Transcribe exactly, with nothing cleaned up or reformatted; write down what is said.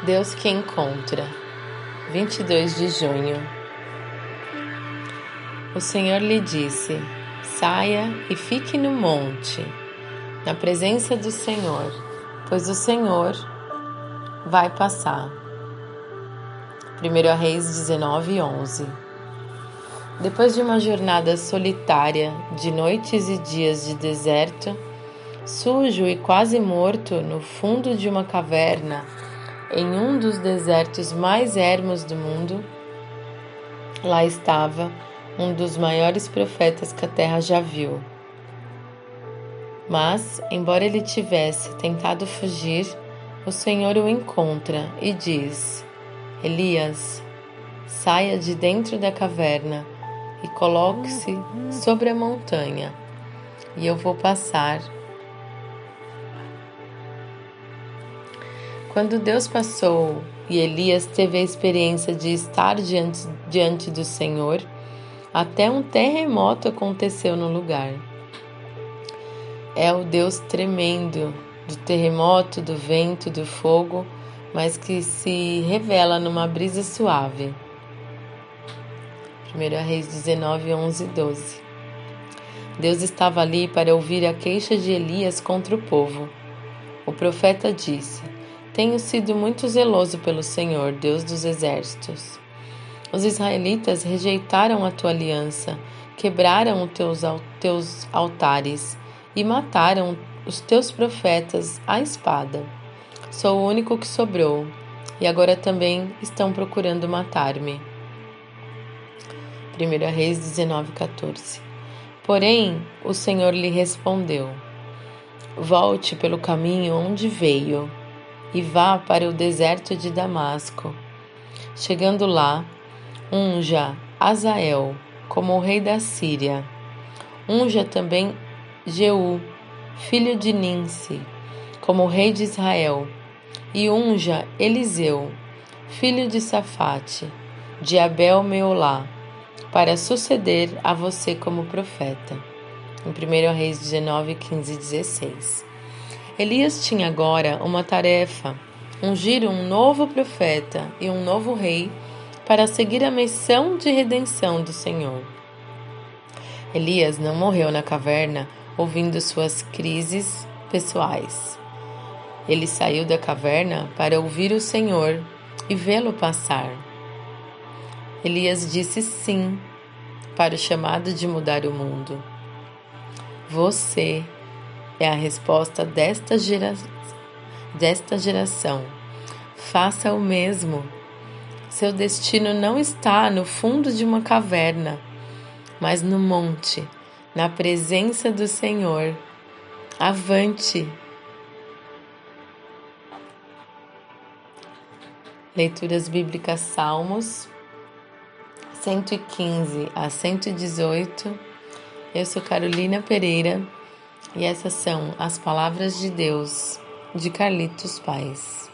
Deus que encontra, vinte e dois de junho. O Senhor lhe disse: saia e fique no monte, na presença do Senhor, pois o Senhor vai passar. primeiro Reis dezenove, onze. Depois de uma jornada solitária, de noites e dias de deserto, sujo e quase morto no fundo de uma caverna, em um dos desertos mais ermos do mundo, lá estava um dos maiores profetas que a terra já viu. Mas, embora ele tivesse tentado fugir, o Senhor o encontra e diz: Elias, saia de dentro da caverna e coloque-se sobre a montanha, e eu vou passar. Quando Deus passou e Elias teve a experiência de estar diante, diante do Senhor, até um terremoto aconteceu no lugar. É o Deus tremendo do terremoto, do vento, do fogo, mas que se revela numa brisa suave. primeiro Reis dezenove, onze e doze. Deus estava ali para ouvir a queixa de Elias contra o povo. O profeta disse: Tenho sido muito zeloso pelo Senhor, Deus dos exércitos. Os israelitas rejeitaram a tua aliança, quebraram os teus, teus altares e mataram os teus profetas à espada. Sou o único que sobrou, e agora também estão procurando matar-me. primeiro Reis dezenove, quatorze. Porém, o Senhor lhe respondeu: Volte pelo caminho onde veio e vá para o deserto de Damasco. Chegando lá, unja Azael como o rei da Síria. Unja também Jeú, filho de Ninsi, como o rei de Israel. E unja Eliseu, filho de Safate, de Abel-Meolá, para suceder a você como profeta. Em primeiro Reis dezenove, quinze e dezesseis. Elias tinha agora uma tarefa: ungir um novo profeta e um novo rei para seguir a missão de redenção do Senhor. Elias não morreu na caverna ouvindo suas crises pessoais. Ele saiu da caverna para ouvir o Senhor e vê-lo passar. Elias disse sim para o chamado de mudar o mundo. Você é a resposta desta, gera... desta geração. Faça o mesmo. Seu destino não está no fundo de uma caverna, mas no monte, na presença do Senhor. Avante! Leituras bíblicas: Salmos cento e quinze a cento e dezoito. Eu sou Carolina Pereira e essas são as palavras de Deus de Carlitos Paes.